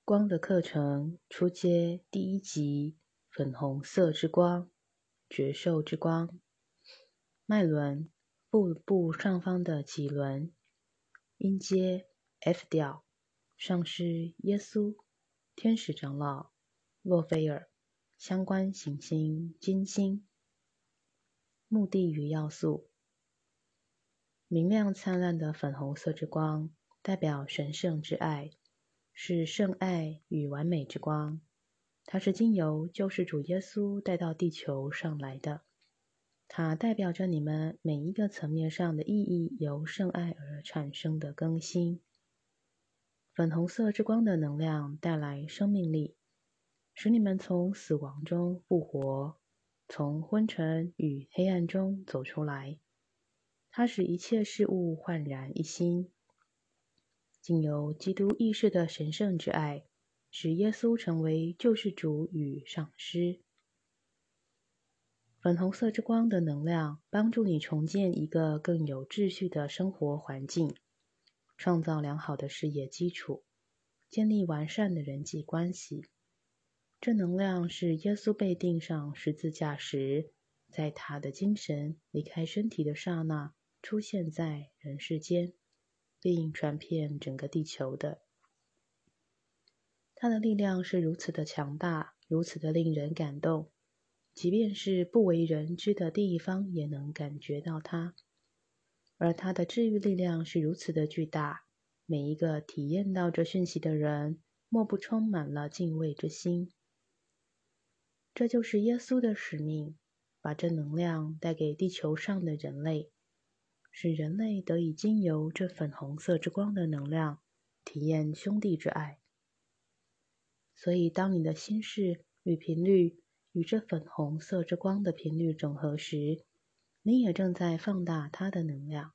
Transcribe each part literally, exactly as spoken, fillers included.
光的课程初阶第一集，粉红色之光，觉受之光。脉轮，腹部上方的脐轮。音阶 F 调，上师耶稣，天使长老洛菲尔，相关行星金星。目的与要素：明亮灿烂的粉红色之光代表神圣之爱，是圣爱与完美之光，它是经由救世主耶稣带到地球上来的，它代表着你们每一个层面上的意义由圣爱而产生的更新。粉红色之光的能量带来生命力，使你们从死亡中复活，从昏沉与黑暗中走出来。它使一切事物焕然一新，经由基督意识的神圣之爱，使耶稣成为救世主与上师。粉红色之光的能量帮助你重建一个更有秩序的生活环境，创造良好的事业基础，建立完善的人际关系。这能量是耶稣被钉上十字架时，在他的精神离开身体的刹那出现在人世间，并传遍整个地球的。它的力量是如此的强大，如此的令人感动，即便是不为人知的地方也能感觉到它。而它的治愈力量是如此的巨大，每一个体验到这讯息的人，莫不充满了敬畏之心。这就是耶稣的使命，把这能量带给地球上的人类，使人类得以经由这粉红色之光的能量，体验兄弟之爱。所以当你的心事与频率与这粉红色之光的频率整合时，你也正在放大它的能量。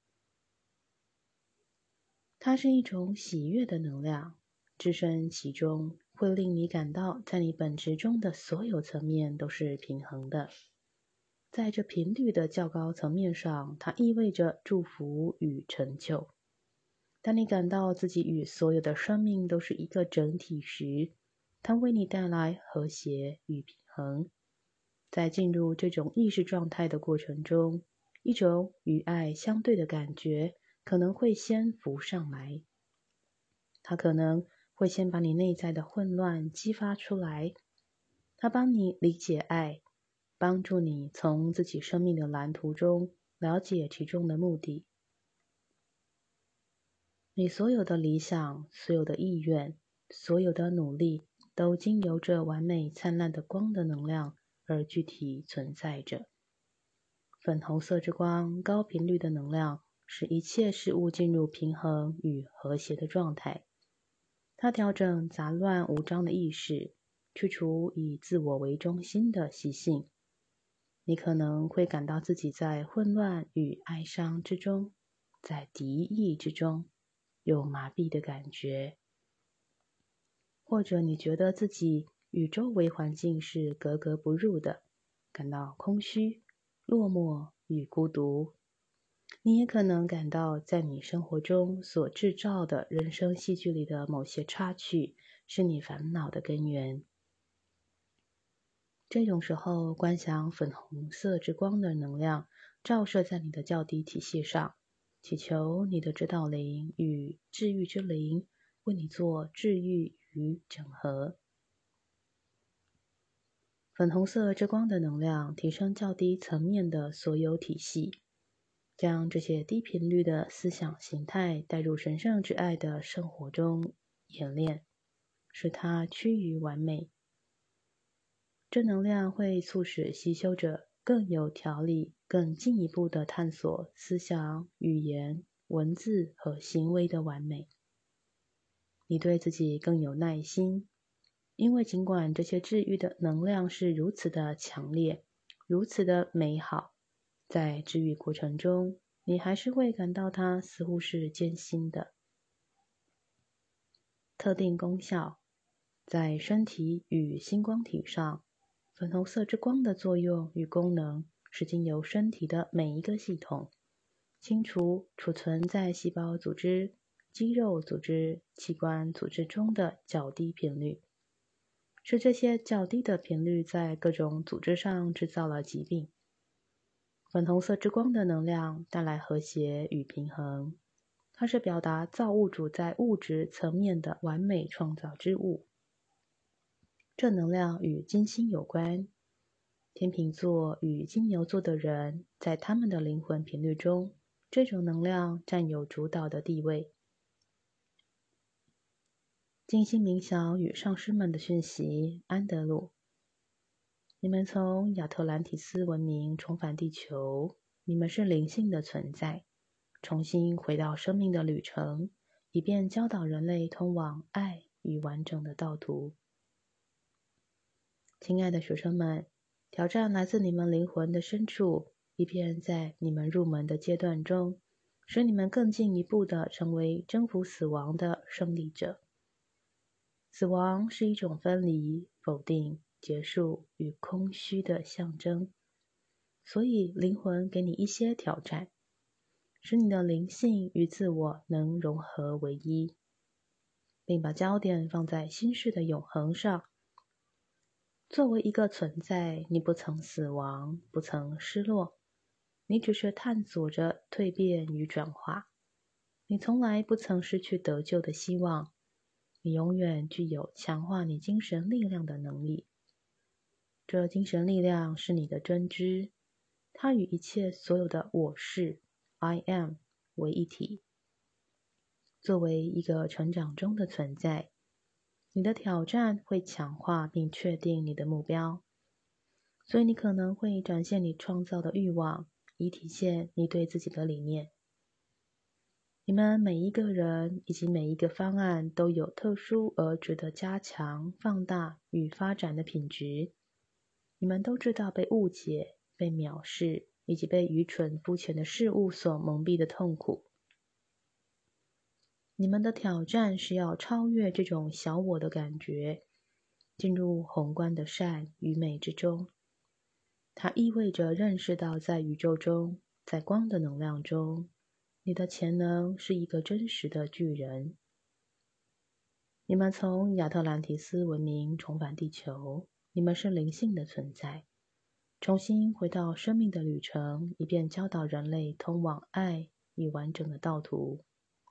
它是一种喜悦的能量，置身其中，会令你感到在你本质中的所有层面都是平衡的。在这频率的较高层面上，它意味着祝福与成就。当你感到自己与所有的生命都是一个整体时，它为你带来和谐与平衡。在进入这种意识状态的过程中，一种与爱相对的感觉可能会先浮上来。它可能会先把你内在的混乱激发出来，它帮你理解爱，帮助你从自己生命的蓝图中了解其中的目的。你所有的理想，所有的意愿，所有的努力，都经由这完美灿烂的光的能量而具体存在着。粉红色之光高频率的能量使一切事物进入平衡与和谐的状态。它调整杂乱无章的意识，去除以自我为中心的习性。你可能会感到自己在混乱与哀伤之中，在敌意之中，有麻痹的感觉。或者你觉得自己与周围环境是格格不入的，感到空虚、落寞与孤独。你也可能感到在你生活中所制造的人生戏剧里的某些插曲是你烦恼的根源。这种时候，观想粉红色之光的能量照射在你的较低体系上，祈求你的指导灵与治愈之灵为你做治愈与整合。粉红色之光的能量提升较低层面的所有体系，将这些低频率的思想形态带入神圣之爱的生活中演练，使它趋于完美。这能量会促使吸修者更有条理、更进一步地探索思想、语言、文字和行为的完美。你对自己更有耐心，因为尽管这些治愈的能量是如此的强烈、如此的美好，在治愈过程中，你还是会感到它似乎是艰辛的。特定功效，在身体与星光体上，粉红色之光的作用与功能是经由身体的每一个系统，清除储存在细胞组织、 肌肉组织、器官组织中的较低频率。是这些较低的频率在各种组织上制造了疾病。粉红色之光的能量带来和谐与平衡，它是表达造物主在物质层面的完美创造之物。这能量与金星有关。天秤座与金牛座的人，在他们的灵魂频率中，这种能量占有主导的地位。静心冥想与上师们的讯息，安德鲁。你们从亚特兰提斯文明重返地球，你们是灵性的存在，重新回到生命的旅程，以便教导人类通往爱与完整的道途。亲爱的学生们，挑战来自你们灵魂的深处，以便在你们入门的阶段中，使你们更进一步地成为征服死亡的胜利者。死亡是一种分离、否定、结束与空虚的象征，所以灵魂给你一些挑战，使你的灵性与自我能融合为一，并把焦点放在心事的永恒上。作为一个存在，你不曾死亡，不曾失落，你只是探索着蜕变与转化。你从来不曾失去得救的希望，你永远具有强化你精神力量的能力。这精神力量是你的真知，它与一切所有的我是 I am 为一体。作为一个成长中的存在，你的挑战会强化并确定你的目标，所以你可能会展现你创造的欲望，以体现你对自己的理念。你们每一个人以及每一个方案都有特殊而值得加强、放大与发展的品质。你们都知道被误解、被藐视以及被愚蠢肤浅的事物所蒙蔽的痛苦。你们的挑战是要超越这种小我的感觉，进入宏观的善与美之中。它意味着认识到在宇宙中，在光的能量中，你的潜能是一个真实的巨人。你们从亚特兰提斯文明重返地球，你们是灵性的存在，重新回到生命的旅程，以便教导人类通往爱与完整的道途。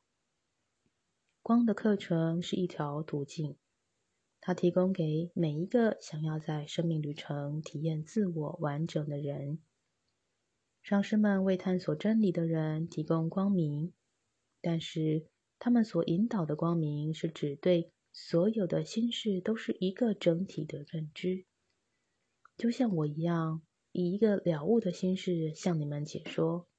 光的课程是一条途径，它提供给每一个想要在生命旅程体验自我完整的人。上师们为探索真理的人提供光明，但是他们所引导的光明是指对所有的心事都是一个整体的认知，就像我一样，以一个了悟的心事向你们解说。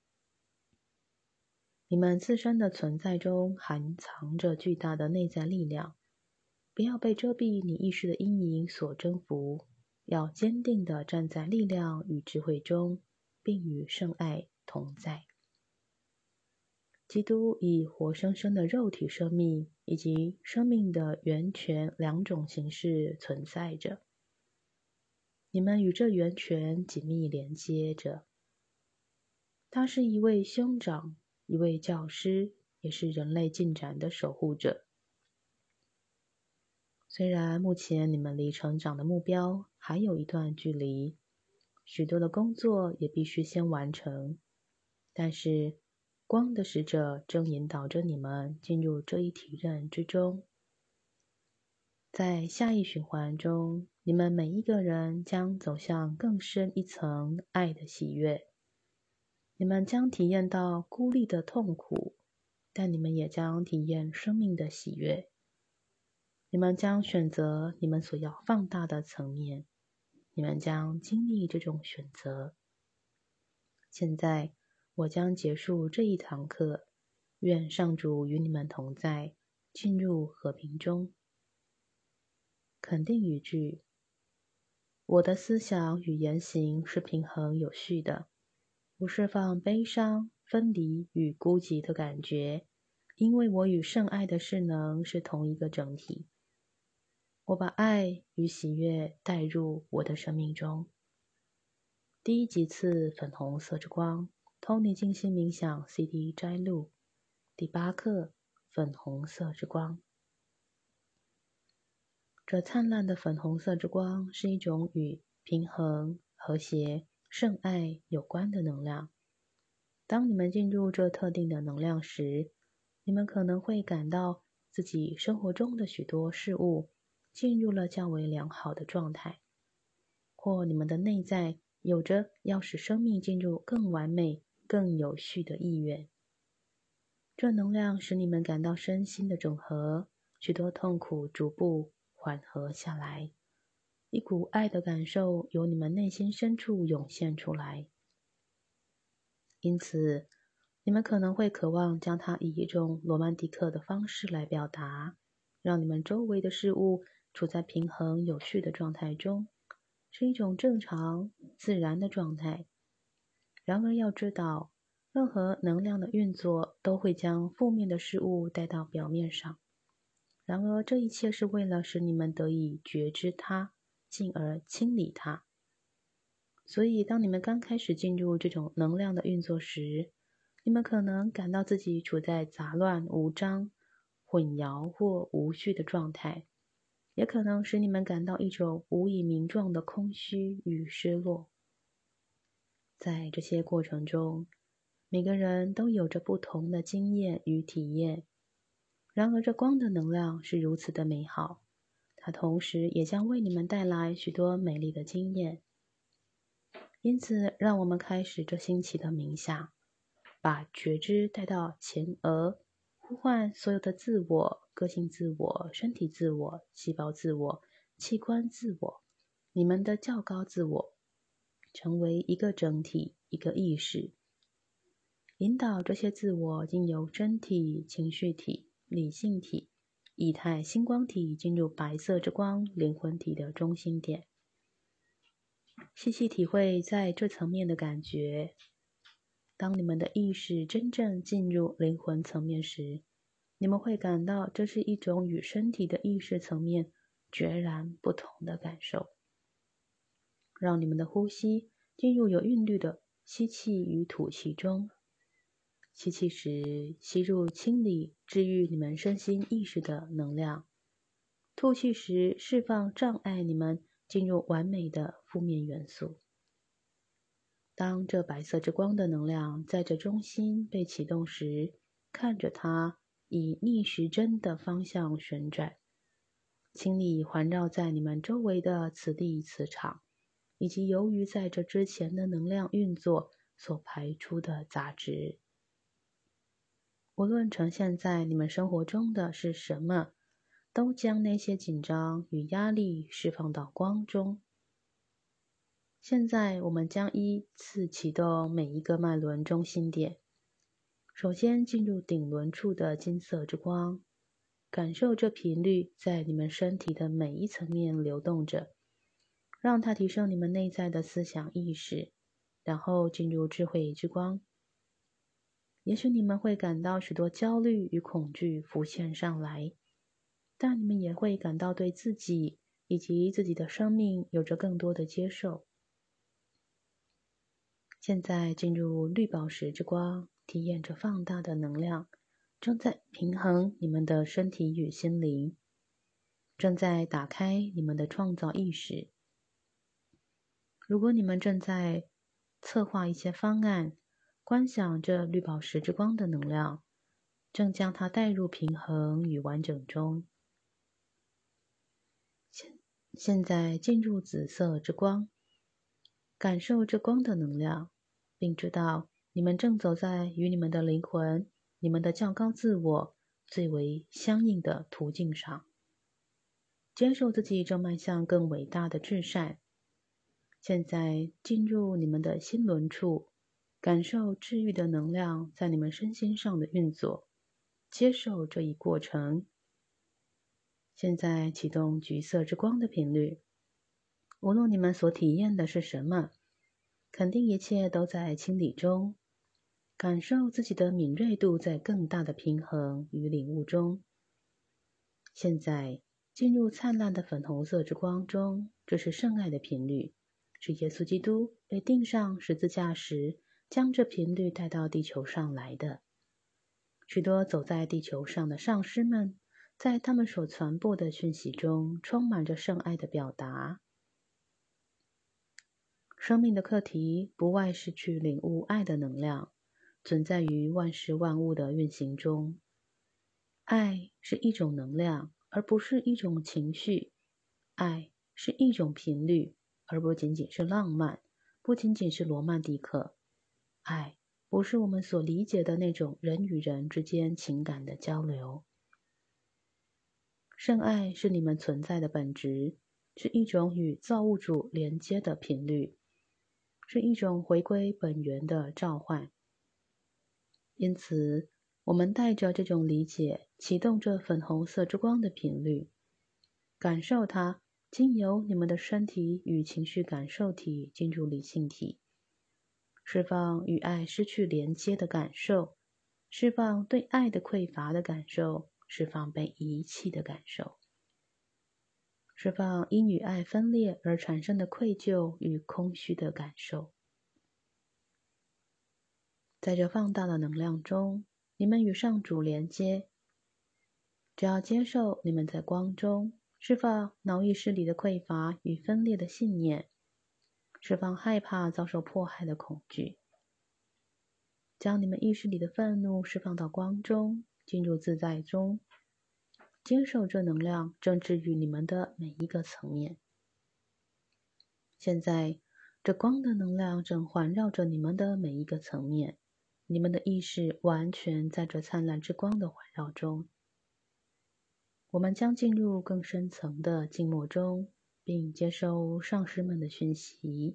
你们自身的存在中含藏着巨大的内在力量，不要被遮蔽你意识的阴影所征服，要坚定地站在力量与智慧中，并与圣爱同在。基督以活生生的肉体生命以及生命的源泉两种形式存在着。你们与这源泉紧密连接着。他是一位兄长，一位教师，也是人类进展的守护者。虽然目前你们离成长的目标还有一段距离，许多的工作也必须先完成，但是光的使者正引导着你们进入这一体认之中。在下一循环中，你们每一个人将走向更深一层爱的喜悦。你们将体验到孤立的痛苦，但你们也将体验生命的喜悦。你们将选择你们所要放大的层面，你们将经历这种选择。现在，我将结束这一堂课，愿上主与你们同在，进入和平中。肯定语句：我的思想与言行是平衡有序的，我释放悲伤、分离与孤寂的感觉，因为我与圣爱的势能是同一个整体。我把爱与喜悦带入我的生命中。第一级次粉红色之光 Tony 静心冥想 C D 摘录第八课粉红色之光。这灿烂的粉红色之光是一种与平衡、和谐、圣爱有关的能量。当你们进入这特定的能量时，你们可能会感到自己生活中的许多事物进入了较为良好的状态，或你们的内在有着要使生命进入更完美、更有序的意愿。这能量使你们感到身心的整合，许多痛苦逐步缓和下来，一股爱的感受由你们内心深处涌现出来。因此，你们可能会渴望将它以一种罗曼蒂克的方式来表达，让你们周围的事物处在平衡有序的状态中，是一种正常自然的状态。然而要知道，任何能量的运作都会将负面的事物带到表面上。然而这一切是为了使你们得以觉知它，进而清理它。所以当你们刚开始进入这种能量的运作时，你们可能感到自己处在杂乱无章、混淆或无序的状态，也可能使你们感到一种无以名状的空虚与失落。在这些过程中，每个人都有着不同的经验与体验。然而这光的能量是如此的美好，它同时也将为你们带来许多美丽的经验。因此，让我们开始这星期的冥想，把觉知带到前额，呼唤所有的自我、个性自我、身体自我、细胞自我、器官自我，你们的较高自我，成为一个整体，一个意识。引导这些自我经由真体、情绪体、理性体、液态星光体进入白色之光灵魂体的中心点。细细体会在这层面的感觉。当你们的意识真正进入灵魂层面时，你们会感到这是一种与身体的意识层面决然不同的感受。让你们的呼吸进入有韵律的吸气与吐气中。吸气时，吸入清理、治愈你们身心意识的能量；吐气时，释放障碍你们进入完美的负面元素。当这白色之光的能量在这中心被启动时，看着它以逆时针的方向旋转，清理环绕在你们周围的磁力磁场，以及由于在这之前的能量运作所排出的杂质。无论呈现在你们生活中的是什么，都将那些紧张与压力释放到光中。现在我们将依次启动每一个脉轮中心点。首先进入顶轮处的金色之光，感受这频率在你们身体的每一层面流动着，让它提升你们内在的思想意识，然后进入智慧之光。也许你们会感到许多焦虑与恐惧浮现上来，但你们也会感到对自己以及自己的生命有着更多的接受。现在进入绿宝石之光，体验着放大的能量，正在平衡你们的身体与心灵，正在打开你们的创造意识。如果你们正在策划一些方案，观想这绿宝石之光的能量，正将它带入平衡与完整中。现现在进入紫色之光，感受这光的能量，并知道你们正走在与你们的灵魂、你们的较高自我最为相应的途径上。接受自己正迈向更伟大的至善。现在进入你们的心轮处，感受治愈的能量在你们身心上的运作，接受这一过程。现在启动橘色之光的频率，无论你们所体验的是什么，肯定一切都在清理中，感受自己的敏锐度在更大的平衡与领悟中。现在进入灿烂的粉红色之光中，这是圣爱的频率，是耶稣基督被钉上十字架时将这频率带到地球上来的。 许多走在地球上的上师们，在他们所传播的讯息中，充满着圣爱的表达。生命的课题不外是去领悟爱的能量，存在于万事万物的运行中。爱是一种能量，而不是一种情绪；爱是一种频率，而不仅仅是浪漫，不仅仅是罗曼蒂克。爱不是我们所理解的那种人与人之间情感的交流。圣爱是你们存在的本质，是一种与造物主连接的频率，是一种回归本源的召唤。因此，我们带着这种理解，启动这粉红色之光的频率，感受它经由你们的身体与情绪感受体进入理性体，释放与爱失去连接的感受，释放对爱的匮乏的感受，释放被遗弃的感受，释放因与爱分裂而产生的愧疚与空虚的感受。在这放大的能量中，你们与上主连接。只要接受你们在光中，释放脑意识里的匮乏与分裂的信念，释放害怕遭受迫害的恐惧，将你们意识里的愤怒释放到光中，进入自在中，接受这能量正治愈你们的每一个层面。现在，这光的能量正环绕着你们的每一个层面，你们的意识完全在这灿烂之光的环绕中。我们将进入更深层的静默中，并接受上师们的讯息。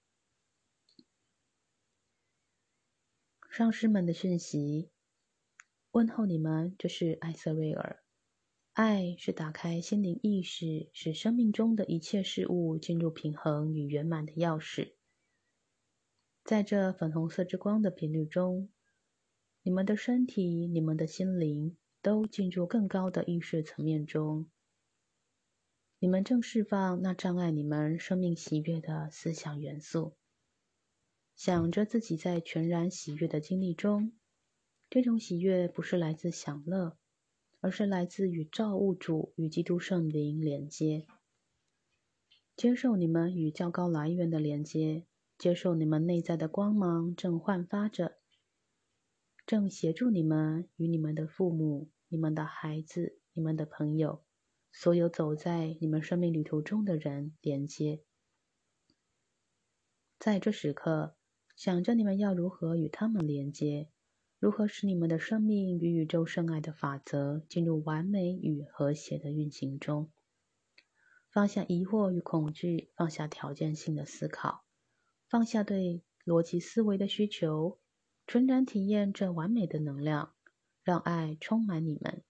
上师们的讯息，问候你们，这是艾瑟瑞尔。爱是打开心灵意识，使生命中的一切事物进入平衡与圆满的钥匙。在这粉红色之光的频率中，你们的身体、你们的心灵都进入更高的意识层面中。你们正释放那障碍你们生命喜悦的思想元素，想着自己在全然喜悦的经历中，这种喜悦不是来自享乐，而是来自与造物主与基督圣灵连接。接受你们与较高来源的连接，接受你们内在的光芒正焕发着，正协助你们与你们的父母、你们的孩子、你们的朋友，所有走在你们生命旅途中的人连接。在这时刻，想着你们要如何与他们连接，如何使你们的生命与宇宙圣爱的法则进入完美与和谐的运行中。放下疑惑与恐惧，放下条件性的思考，放下对逻辑思维的需求，纯然体验这完美的能量，让爱充满你们。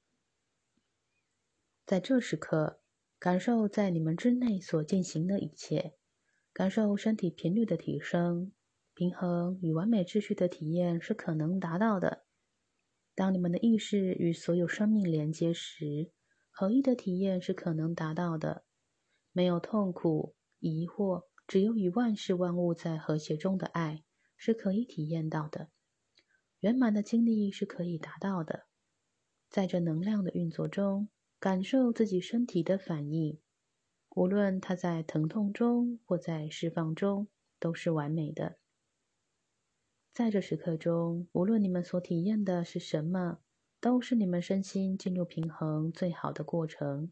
在这时刻，感受在你们之内所进行的一切，感受身体频率的提升，平衡与完美秩序的体验是可能达到的。当你们的意识与所有生命连接时，合一的体验是可能达到的。没有痛苦、疑惑，只有与万事万物在和谐中的爱是可以体验到的。圆满的经历是可以达到的。在这能量的运作中，感受自己身体的反应，无论它在疼痛中或在释放中，都是完美的。在这时刻中，无论你们所体验的是什么，都是你们身心进入平衡最好的过程。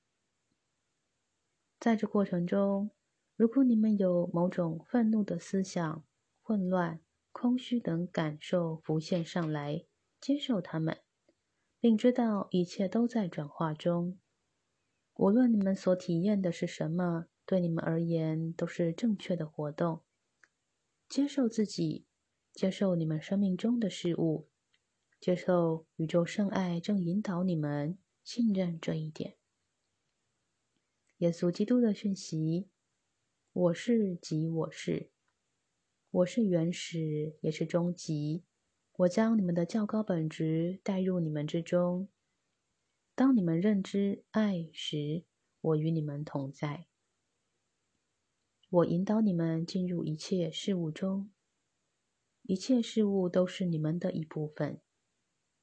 在这过程中，如果你们有某种愤怒的思想、混乱、空虚等感受浮现上来，接受它们，并知道一切都在转化中。无论你们所体验的是什么，对你们而言都是正确的活动。接受自己，接受你们生命中的事物，接受宇宙圣爱正引导你们，信任这一点。耶稣基督的讯息：我是即我是，我是原始，也是终极。我将你们的较高本质带入你们之中。当你们认知爱时，我与你们同在。我引导你们进入一切事物中，一切事物都是你们的一部分。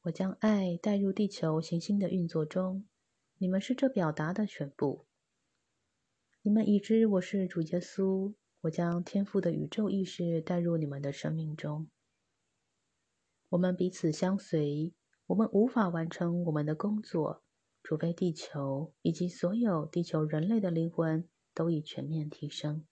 我将爱带入地球行星的运作中，你们是这表达的全部。你们已知我是主耶稣，我将天赋的宇宙意识带入你们的生命中。我们彼此相随，我们无法完成我们的工作，除非地球以及所有地球人类的灵魂都已全面提升。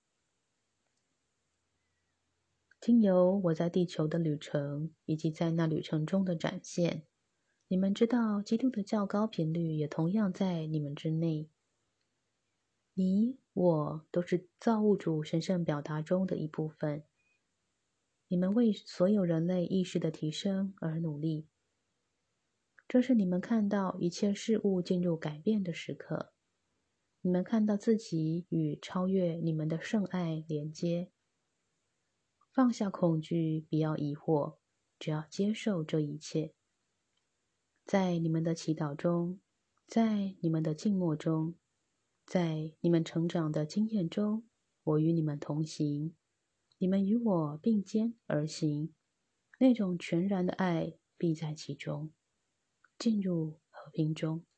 经由我在地球的旅程，以及在那旅程中的展现，你们知道基督的较高频率也同样在你们之内。你我都是造物主神圣表达中的一部分。你们为所有人类意识的提升而努力。这是你们看到一切事物进入改变的时刻。你们看到自己与超越你们的圣爱连接。放下恐惧，不要疑惑，只要接受这一切。在你们的祈祷中，在你们的静默中，在你们成长的经验中，我与你们同行，你们与我并肩而行，那种全然的爱必在其中，进入和平中。